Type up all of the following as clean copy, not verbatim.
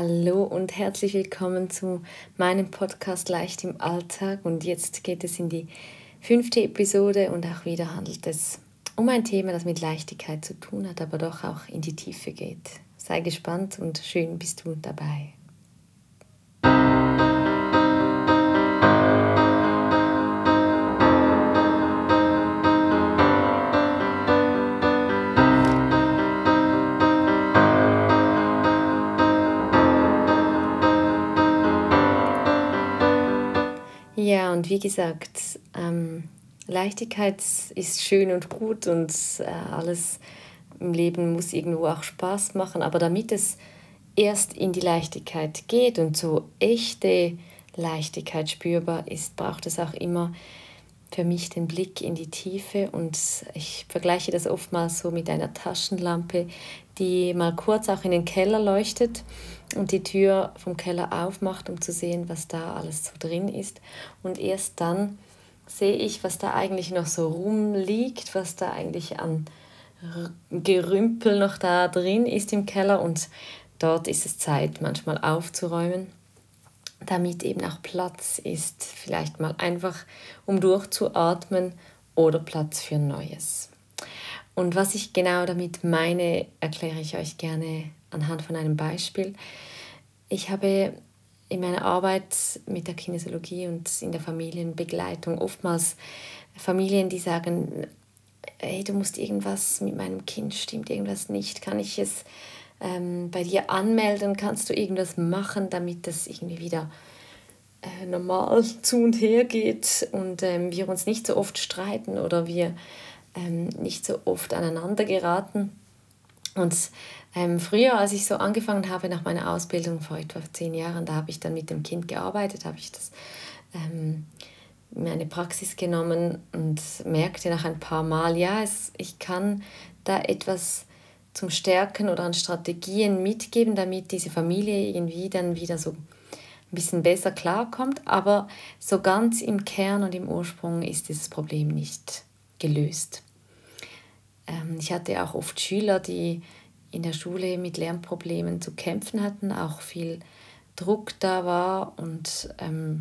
Hallo und herzlich willkommen zu meinem Podcast Leicht im Alltag. Und jetzt geht es in die 5. Episode und auch wieder handelt es um ein Thema, das mit Leichtigkeit zu tun hat, aber doch auch in die Tiefe geht. Sei gespannt und schön bist du dabei. Ja, und wie gesagt, Leichtigkeit ist schön und gut und alles im Leben muss irgendwo auch Spaß machen, aber damit es erst in die Leichtigkeit geht und so echte Leichtigkeit spürbar ist, braucht es auch immer für mich den Blick in die Tiefe, und ich vergleiche das oftmals so mit einer Taschenlampe, die mal kurz auch in den Keller leuchtet und die Tür vom Keller aufmacht, um zu sehen, was da alles so drin ist. Und erst dann sehe ich, was da eigentlich noch so rumliegt, was da eigentlich an Gerümpel noch da drin ist im Keller, und dort ist es Zeit, manchmal aufzuräumen, damit eben auch Platz ist, vielleicht mal einfach um durchzuatmen oder Platz für Neues. Und was ich genau damit meine, erkläre ich euch gerne anhand von einem Beispiel. Ich habe in meiner Arbeit mit der Kinesiologie und in der Familienbegleitung oftmals Familien, die sagen, hey, du musst irgendwas mit meinem Kind, stimmt irgendwas nicht, kann ich es bei dir anmelden, kannst du irgendwas machen, damit das irgendwie wieder normal zu und her geht und wir uns nicht so oft streiten oder wir nicht so oft aneinander geraten. Und früher, als ich so angefangen habe nach meiner Ausbildung vor etwa 10 Jahren, da habe ich dann mit dem Kind gearbeitet, habe ich das in meine Praxis genommen und merkte nach ein paar Mal, ja, ich kann da etwas zum Stärken oder an Strategien mitgeben, damit diese Familie irgendwie dann wieder so ein bisschen besser klarkommt, aber so ganz im Kern und im Ursprung ist dieses Problem nicht gelöst. Ich hatte auch oft Schüler, die in der Schule mit Lernproblemen zu kämpfen hatten, auch viel Druck da war, und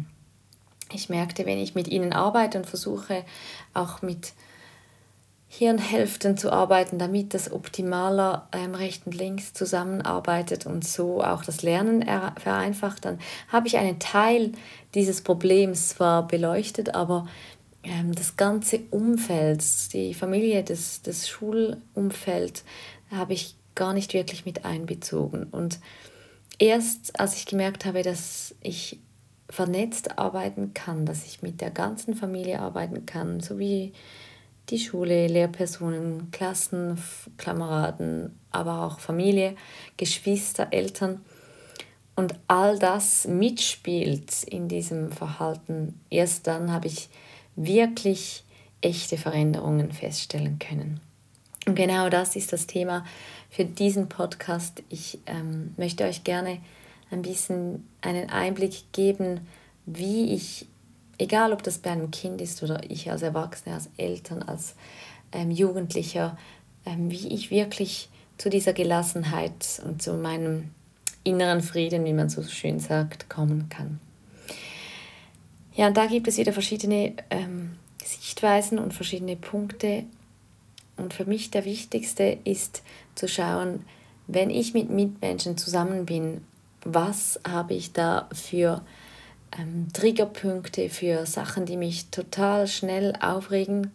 ich merkte, wenn ich mit ihnen arbeite und versuche auch mit Hirnhälften zu arbeiten, damit das optimaler rechts und links zusammenarbeitet und so auch das Lernen vereinfacht, dann habe ich einen Teil dieses Problems zwar beleuchtet, aber das ganze Umfeld, die Familie, das Schulumfeld, habe ich gar nicht wirklich mit einbezogen. Und erst als ich gemerkt habe, dass ich vernetzt arbeiten kann, dass ich mit der ganzen Familie arbeiten kann, sowie die Schule, Lehrpersonen, Klassen, Kameraden, aber auch Familie, Geschwister, Eltern, und all das mitspielt in diesem Verhalten, erst dann habe ich wirklich echte Veränderungen feststellen können. Und genau das ist das Thema für diesen Podcast. Ich möchte euch gerne ein bisschen einen Einblick geben, wie ich, egal ob das bei einem Kind ist oder ich als Erwachsene, als Eltern, als Jugendlicher, wie ich wirklich zu dieser Gelassenheit und zu meinem inneren Frieden, wie man so schön sagt, kommen kann. Ja, und da gibt es wieder verschiedene Sichtweisen und verschiedene Punkte. Und für mich der wichtigste ist zu schauen, wenn ich mit Mitmenschen zusammen bin, was habe ich da für Triggerpunkte, für Sachen, die mich total schnell aufregen,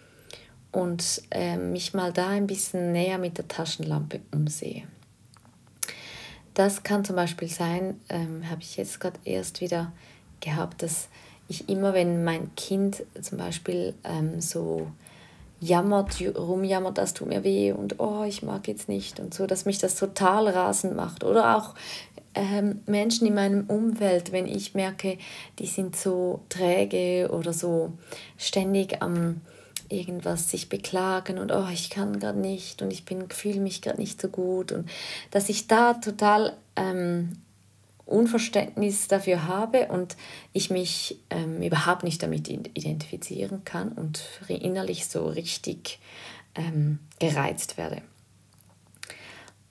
und mich mal da ein bisschen näher mit der Taschenlampe umsehe. Das kann zum Beispiel sein, habe ich jetzt gerade erst wieder gehabt, dass ich immer, wenn mein Kind zum Beispiel so jammert, rumjammert, das tut mir weh und oh, ich mag jetzt nicht und so, dass mich das total rasend macht. Oder auch Menschen in meinem Umfeld, wenn ich merke, die sind so träge oder so ständig am irgendwas sich beklagen und oh, ich kann gerade nicht und fühle mich gerade nicht so gut, und dass ich da total Unverständnis dafür habe und ich mich überhaupt nicht damit identifizieren kann und innerlich so richtig gereizt werde.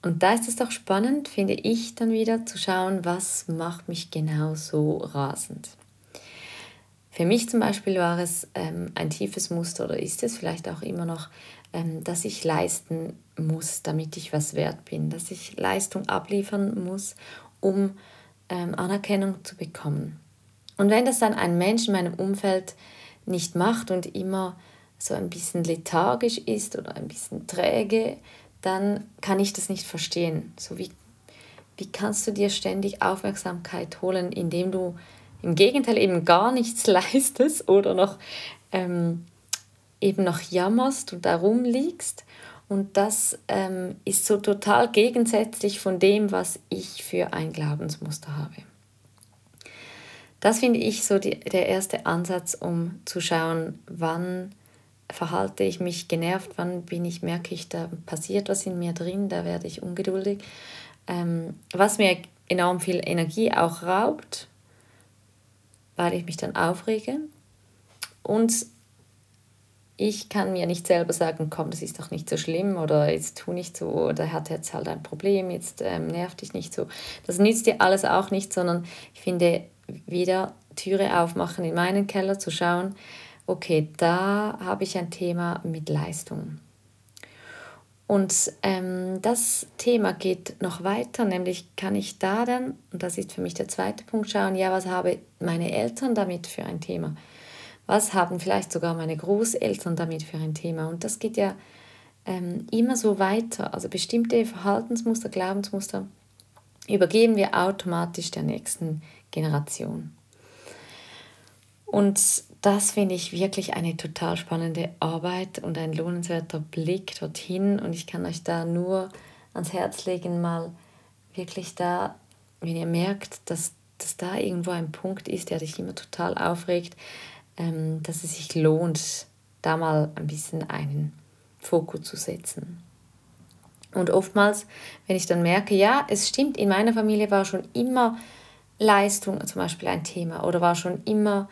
Und da ist es doch spannend, finde ich, dann wieder zu schauen, was macht mich genau so rasend. Für mich zum Beispiel war es ein tiefes Muster oder ist es vielleicht auch immer noch, dass ich leisten muss, damit ich was wert bin, dass ich Leistung abliefern muss, um Anerkennung zu bekommen. Und wenn das dann ein Mensch in meinem Umfeld nicht macht und immer so ein bisschen lethargisch ist oder ein bisschen träge, dann kann ich das nicht verstehen. So wie kannst du dir ständig Aufmerksamkeit holen, indem du im Gegenteil eben gar nichts leistest oder noch eben noch jammerst und da rumliegst. Und das ist so total gegensätzlich von dem, was ich für ein Glaubensmuster habe. Das finde ich so der erste Ansatz, um zu schauen, wann verhalte ich mich genervt, wann merke ich, da passiert was in mir drin, da werde ich ungeduldig. Was mir enorm viel Energie auch raubt, weil ich mich dann aufrege. Und ich kann mir nicht selber sagen, komm, das ist doch nicht so schlimm oder jetzt tu nicht so oder hat jetzt halt ein Problem, jetzt nervt dich nicht so. Das nützt dir alles auch nicht, sondern ich finde, wieder Türe aufmachen in meinen Keller, zu schauen, okay, da habe ich ein Thema mit Leistung. Und das Thema geht noch weiter, nämlich kann ich da dann, und das ist für mich der zweite Punkt, schauen, ja, was haben meine Eltern damit für ein Thema? Was haben vielleicht sogar meine Großeltern damit für ein Thema? Und das geht ja immer so weiter. Also bestimmte Verhaltensmuster, Glaubensmuster übergeben wir automatisch der nächsten Generation. Und das finde ich wirklich eine total spannende Arbeit und ein lohnenswerter Blick dorthin. Und ich kann euch da nur ans Herz legen, mal wirklich da, wenn ihr merkt, dass da irgendwo ein Punkt ist, der dich immer total aufregt, dass es sich lohnt, da mal ein bisschen einen Fokus zu setzen. Und oftmals, wenn ich dann merke, ja, es stimmt, in meiner Familie war schon immer Leistung zum Beispiel ein Thema oder war schon immer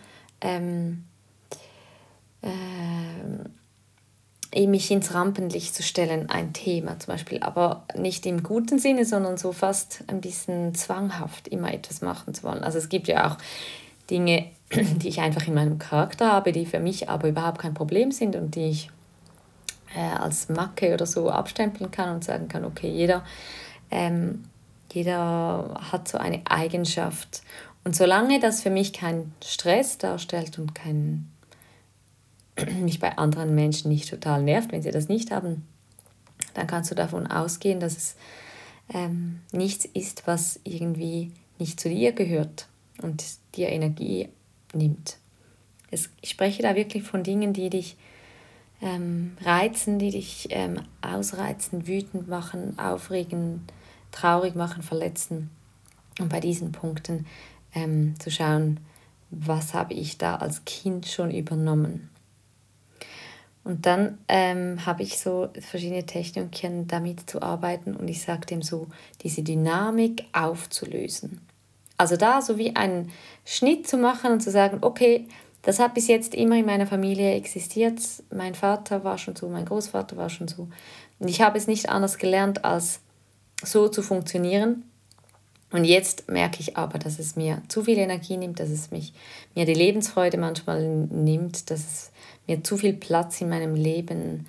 mich ins Rampenlicht zu stellen ein Thema zum Beispiel, aber nicht im guten Sinne, sondern so fast ein bisschen zwanghaft immer etwas machen zu wollen. Also es gibt ja auch Dinge, die ich einfach in meinem Charakter habe, die für mich aber überhaupt kein Problem sind und die ich als Macke oder so abstempeln kann und sagen kann, okay, jeder hat so eine Eigenschaft. Und solange das für mich keinen Stress darstellt und mich bei anderen Menschen nicht total nervt, wenn sie das nicht haben, dann kannst du davon ausgehen, dass es nichts ist, was irgendwie nicht zu dir gehört und dir Energie nimmt. Ich spreche da wirklich von Dingen, die dich reizen, die dich ausreizen, wütend machen, aufregen, traurig machen, verletzen. Und bei diesen Punkten zu schauen, was habe ich da als Kind schon übernommen. Und dann habe ich so verschiedene Techniken, damit zu arbeiten und ich sage dem so, diese Dynamik aufzulösen. Also da so wie einen Schnitt zu machen und zu sagen, okay, das hat bis jetzt immer in meiner Familie existiert. Mein Vater war schon so, mein Großvater war schon so. Und ich habe es nicht anders gelernt, als so zu funktionieren. Und jetzt merke ich aber, dass es mir zu viel Energie nimmt, dass es mir die Lebensfreude manchmal nimmt, dass es mir zu viel Platz in meinem Leben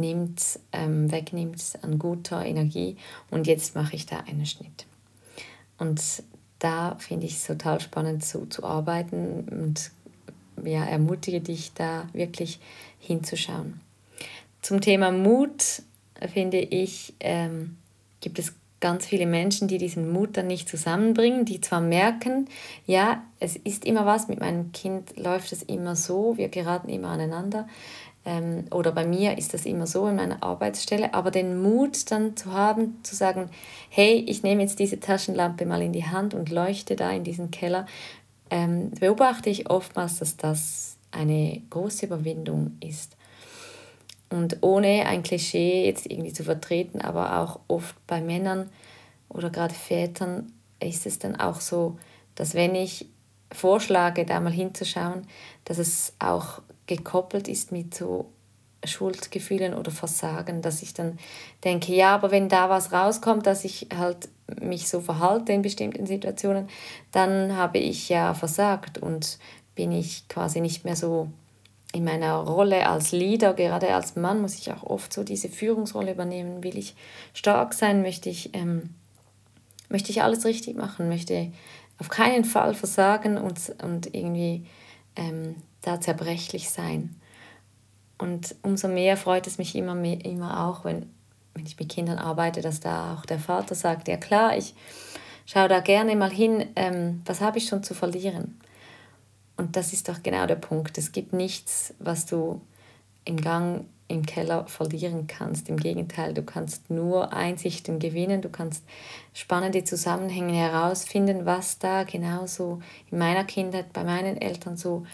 wegnimmt an guter Energie. Und jetzt mache ich da einen Schnitt. Und da finde ich es total spannend, so zu arbeiten und ja, ermutige dich da wirklich hinzuschauen. Zum Thema Mut, finde ich, gibt es ganz viele Menschen, die diesen Mut dann nicht zusammenbringen, die zwar merken, ja, es ist immer was, mit meinem Kind läuft es immer so, wir geraten immer aneinander, oder bei mir ist das immer so in meiner Arbeitsstelle, aber den Mut dann zu haben, zu sagen, hey, ich nehme jetzt diese Taschenlampe mal in die Hand und leuchte da in diesen Keller, beobachte ich oftmals, dass das eine große Überwindung ist. Und ohne ein Klischee jetzt irgendwie zu vertreten, aber auch oft bei Männern oder gerade Vätern ist es dann auch so, dass wenn ich vorschlage, da mal hinzuschauen, dass es auch gekoppelt ist mit so Schuldgefühlen oder Versagen, dass ich dann denke, ja, aber wenn da was rauskommt, dass ich halt mich so verhalte in bestimmten Situationen, dann habe ich ja versagt und bin ich quasi nicht mehr so in meiner Rolle als Leader. Gerade als Mann muss ich auch oft so diese Führungsrolle übernehmen. Will ich stark sein, möchte ich alles richtig machen, möchte auf keinen Fall versagen und irgendwie da zerbrechlich sein. Und umso mehr freut es mich immer auch, wenn ich mit Kindern arbeite, dass da auch der Vater sagt, ja klar, ich schaue da gerne mal hin, was habe ich schon zu verlieren? Und das ist doch genau der Punkt. Es gibt nichts, was du im Gang im Keller verlieren kannst. Im Gegenteil, du kannst nur Einsichten gewinnen, du kannst spannende Zusammenhänge herausfinden, was da genauso in meiner Kindheit, bei meinen Eltern so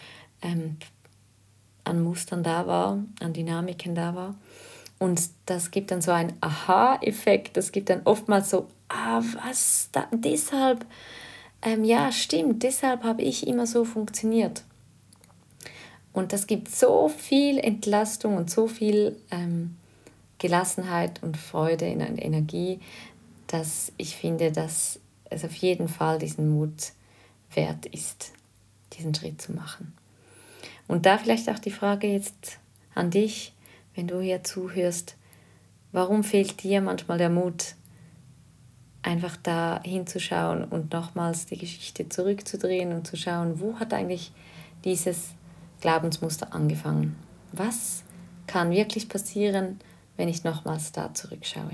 an Mustern da war, an Dynamiken da war. Und das gibt dann so einen Aha-Effekt, das gibt dann oftmals so, deshalb, ja stimmt, deshalb habe ich immer so funktioniert. Und das gibt so viel Entlastung und so viel Gelassenheit und Freude in der Energie, dass ich finde, dass es auf jeden Fall diesen Mut wert ist, diesen Schritt zu machen. Und da vielleicht auch die Frage jetzt an dich, wenn du hier zuhörst, warum fehlt dir manchmal der Mut, einfach da hinzuschauen und nochmals die Geschichte zurückzudrehen und zu schauen, wo hat eigentlich dieses Glaubensmuster angefangen? Was kann wirklich passieren, wenn ich nochmals da zurückschaue?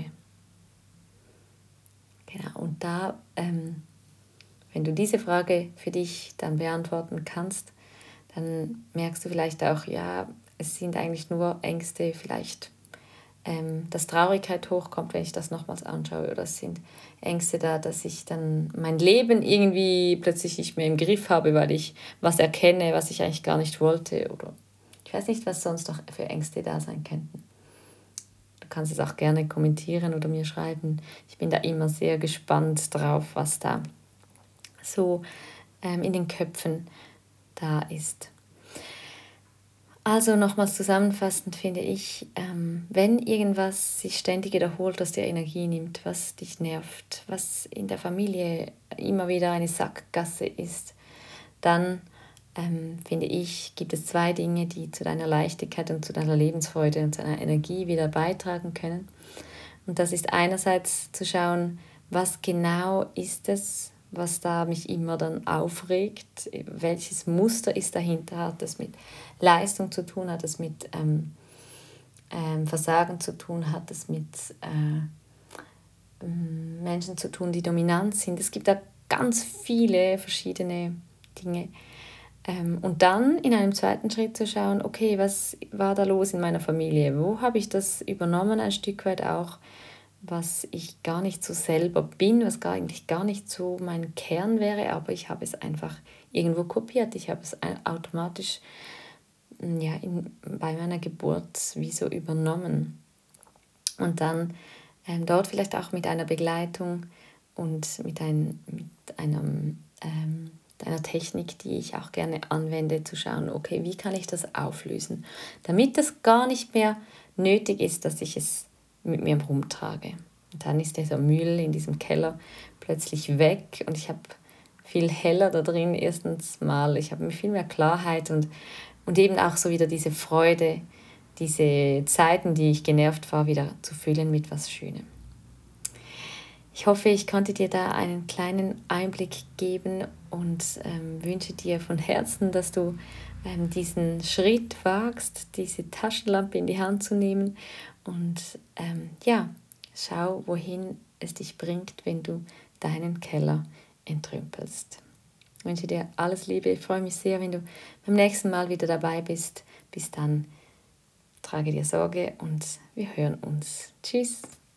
Genau, und da, wenn du diese Frage für dich dann beantworten kannst, dann merkst du vielleicht auch, ja, es sind eigentlich nur Ängste, vielleicht, dass Traurigkeit hochkommt, wenn ich das nochmals anschaue, oder es sind Ängste da, dass ich dann mein Leben irgendwie plötzlich nicht mehr im Griff habe, weil ich was erkenne, was ich eigentlich gar nicht wollte, oder ich weiß nicht, was sonst noch für Ängste da sein könnten. Du kannst es auch gerne kommentieren oder mir schreiben. Ich bin da immer sehr gespannt drauf, was da so in den Köpfen da ist. Also nochmals zusammenfassend finde ich, wenn irgendwas sich ständig wiederholt, was dir Energie nimmt, was dich nervt, was in der Familie immer wieder eine Sackgasse ist, dann finde ich, gibt es 2 Dinge, die zu deiner Leichtigkeit und zu deiner Lebensfreude und zu deiner Energie wieder beitragen können. Und das ist einerseits zu schauen, was genau ist es, was da mich immer dann aufregt, welches Muster ist dahinter, hat es mit Leistung zu tun, hat es mit Versagen zu tun, hat es mit Menschen zu tun, die dominant sind. Es gibt da ganz viele verschiedene Dinge. Und dann in einem zweiten Schritt zu schauen, okay, was war da los in meiner Familie? Wo habe ich das übernommen, ein Stück weit auch, was ich gar nicht so selber bin, was eigentlich gar nicht so mein Kern wäre, aber ich habe es einfach irgendwo kopiert. Ich habe es automatisch bei meiner Geburt wie so übernommen. Und dann dort vielleicht auch mit einer Begleitung und mit einer Technik, die ich auch gerne anwende, zu schauen, okay, wie kann ich das auflösen, damit es gar nicht mehr nötig ist, dass ich es mit mir rumtrage. Und dann ist dieser Müll in diesem Keller plötzlich weg und ich habe viel heller da drin. Erstens mal, ich habe viel mehr Klarheit und eben auch so wieder diese Freude, diese Zeiten, die ich genervt war, wieder zu füllen mit was Schönem. Ich hoffe, ich konnte dir da einen kleinen Einblick geben und wünsche dir von Herzen, dass du diesen Schritt wagst, diese Taschenlampe in die Hand zu nehmen und schau, wohin es dich bringt, wenn du deinen Keller entrümpelst. Ich wünsche dir alles Liebe. Ich freue mich sehr, wenn du beim nächsten Mal wieder dabei bist. Bis dann, trage dir Sorge und wir hören uns. Tschüss.